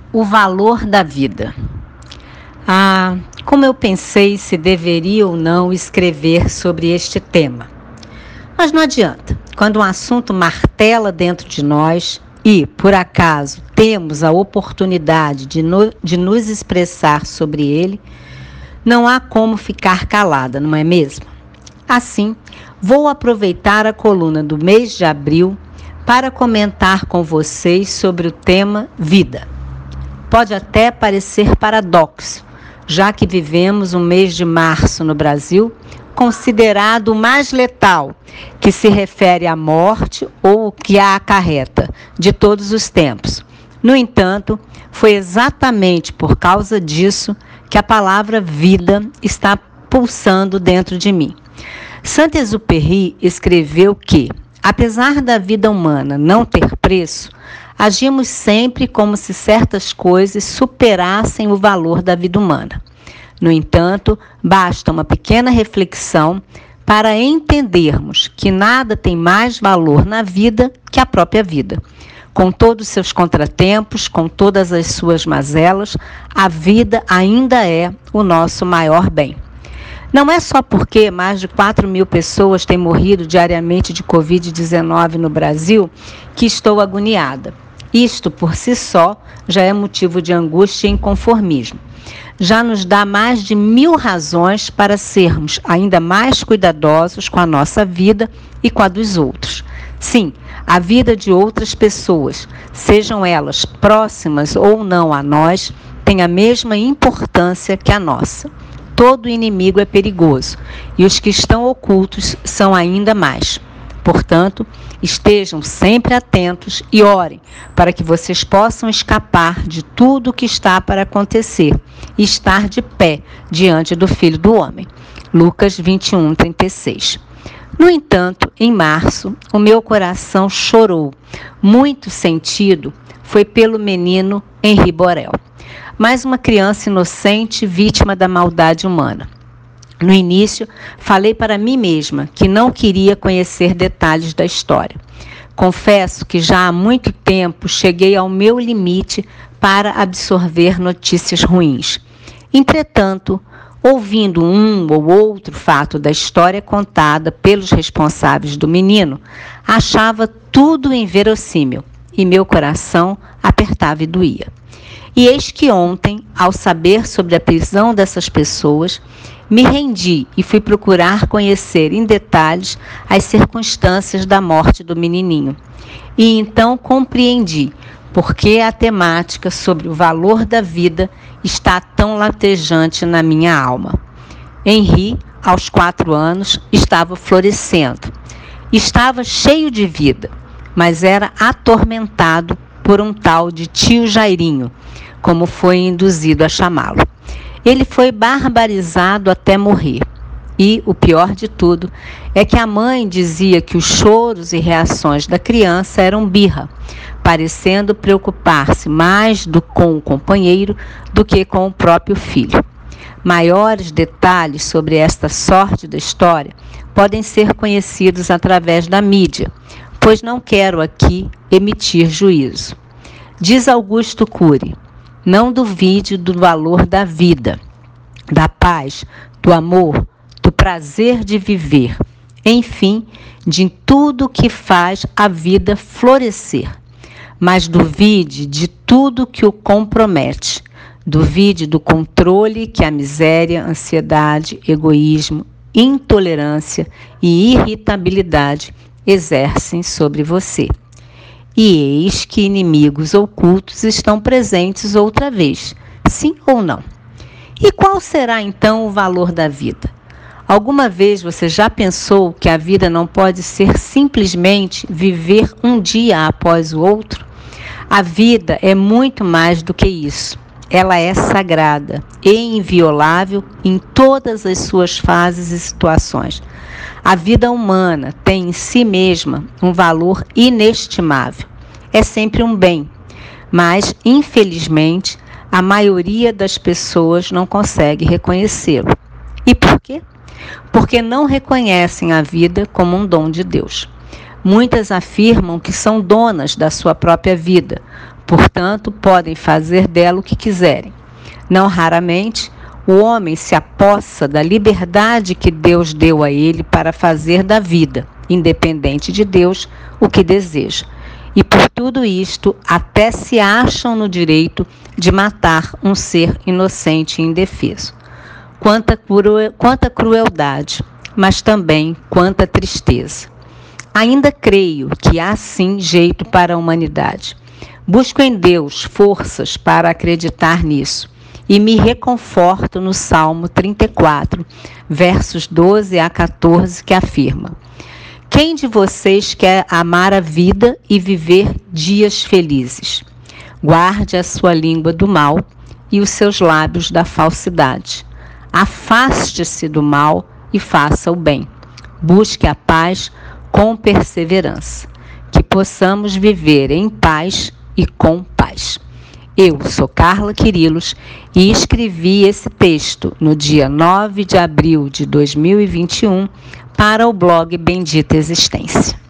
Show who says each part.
Speaker 1: O valor da vida. Como eu pensei se deveria ou não escrever sobre este tema. Mas não adianta. Quando um assunto martela dentro de nós e, por acaso, temos a oportunidade de nos expressar sobre ele, não há como ficar calada, não é mesmo? Assim, vou aproveitar a coluna do mês de abril para comentar com vocês sobre o tema vida. Pode até parecer paradoxo, já que vivemos um mês de março no Brasil, considerado o mais letal, que se refere à morte ou o que a acarreta, de todos os tempos. No entanto, foi exatamente por causa disso que a palavra vida está pulsando dentro de mim. Saint-Exupéry escreveu que, apesar da vida humana não ter preço, agimos sempre como se certas coisas superassem o valor da vida humana. No entanto, basta uma pequena reflexão para entendermos que nada tem mais valor na vida que a própria vida. Com todos os seus contratempos, com todas as suas mazelas, a vida ainda é o nosso maior bem. Não é só porque mais de 4.000 pessoas têm morrido diariamente de Covid-19 no Brasil que estou agoniada. Isto, por si só, já é motivo de angústia e inconformismo. Já nos dá mais de 1.000 razões para sermos ainda mais cuidadosos com a nossa vida e com a dos outros. Sim, a vida de outras pessoas, sejam elas próximas ou não a nós, tem a mesma importância que a nossa. Todo inimigo é perigoso e os que estão ocultos são ainda mais. Portanto, estejam sempre atentos e orem para que vocês possam escapar de tudo o que está para acontecer e estar de pé diante do Filho do Homem. Lucas 21:36. No entanto, em março, o meu coração chorou. Muito sentido foi pelo menino Henri Borel, mais uma criança inocente vítima da maldade humana. No início, falei para mim mesma que não queria conhecer detalhes da história. Confesso que já há muito tempo cheguei ao meu limite para absorver notícias ruins. Entretanto, ouvindo um ou outro fato da história contada pelos responsáveis do menino, achava tudo inverossímil e meu coração apertava e doía. E eis que ontem, ao saber sobre a prisão dessas pessoas, me rendi e fui procurar conhecer em detalhes as circunstâncias da morte do menininho. E então compreendi por que a temática sobre o valor da vida está tão latejante na minha alma. Henri, aos 4 anos, estava florescendo. Estava cheio de vida, mas era atormentado por um tal de tio Jairinho, como foi induzido a chamá-lo. Ele foi barbarizado até morrer. E, o pior de tudo, é que a mãe dizia que os choros e reações da criança eram birra, parecendo preocupar-se mais com o companheiro do que com o próprio filho. Maiores detalhes sobre esta sorte da história podem ser conhecidos através da mídia, pois não quero aqui emitir juízo. Diz Augusto Cury: não duvide do valor da vida, da paz, do amor, do prazer de viver, enfim, de tudo que faz a vida florescer. Mas duvide de tudo que o compromete. Duvide do controle que a miséria, ansiedade, egoísmo, intolerância e irritabilidade exercem sobre você. E eis que inimigos ocultos estão presentes outra vez, sim ou não? E qual será então o valor da vida? Alguma vez você já pensou que a vida não pode ser simplesmente viver um dia após o outro? A vida é muito mais do que isso. Ela é sagrada e inviolável em todas as suas fases e situações. A vida humana tem em si mesma um valor inestimável. É sempre um bem, mas, infelizmente, a maioria das pessoas não consegue reconhecê-lo. E por quê? Porque não reconhecem a vida como um dom de Deus. Muitas afirmam que são donas da sua própria vida, Portanto, podem fazer dela o que quiserem. Não raramente, o homem se apossa da liberdade que Deus deu a ele para fazer da vida, independente de Deus, o que deseja. E por tudo isto, até se acham no direito de matar um ser inocente e indefeso. Quanta crueldade, mas também quanta tristeza. Ainda creio que há sim jeito para a humanidade. Busco em Deus forças para acreditar nisso e me reconforto no Salmo 34, versos 12 a 14, que afirma: quem de vocês quer amar a vida e viver dias felizes? Guarde a sua língua do mal e os seus lábios da falsidade. Afaste-se do mal e faça o bem. Busque a paz com perseverança. Que possamos viver em paz e com paz. Eu sou Carla Quirilos e escrevi esse texto no dia 9 de abril de 2021 para o blog Bendita Existência.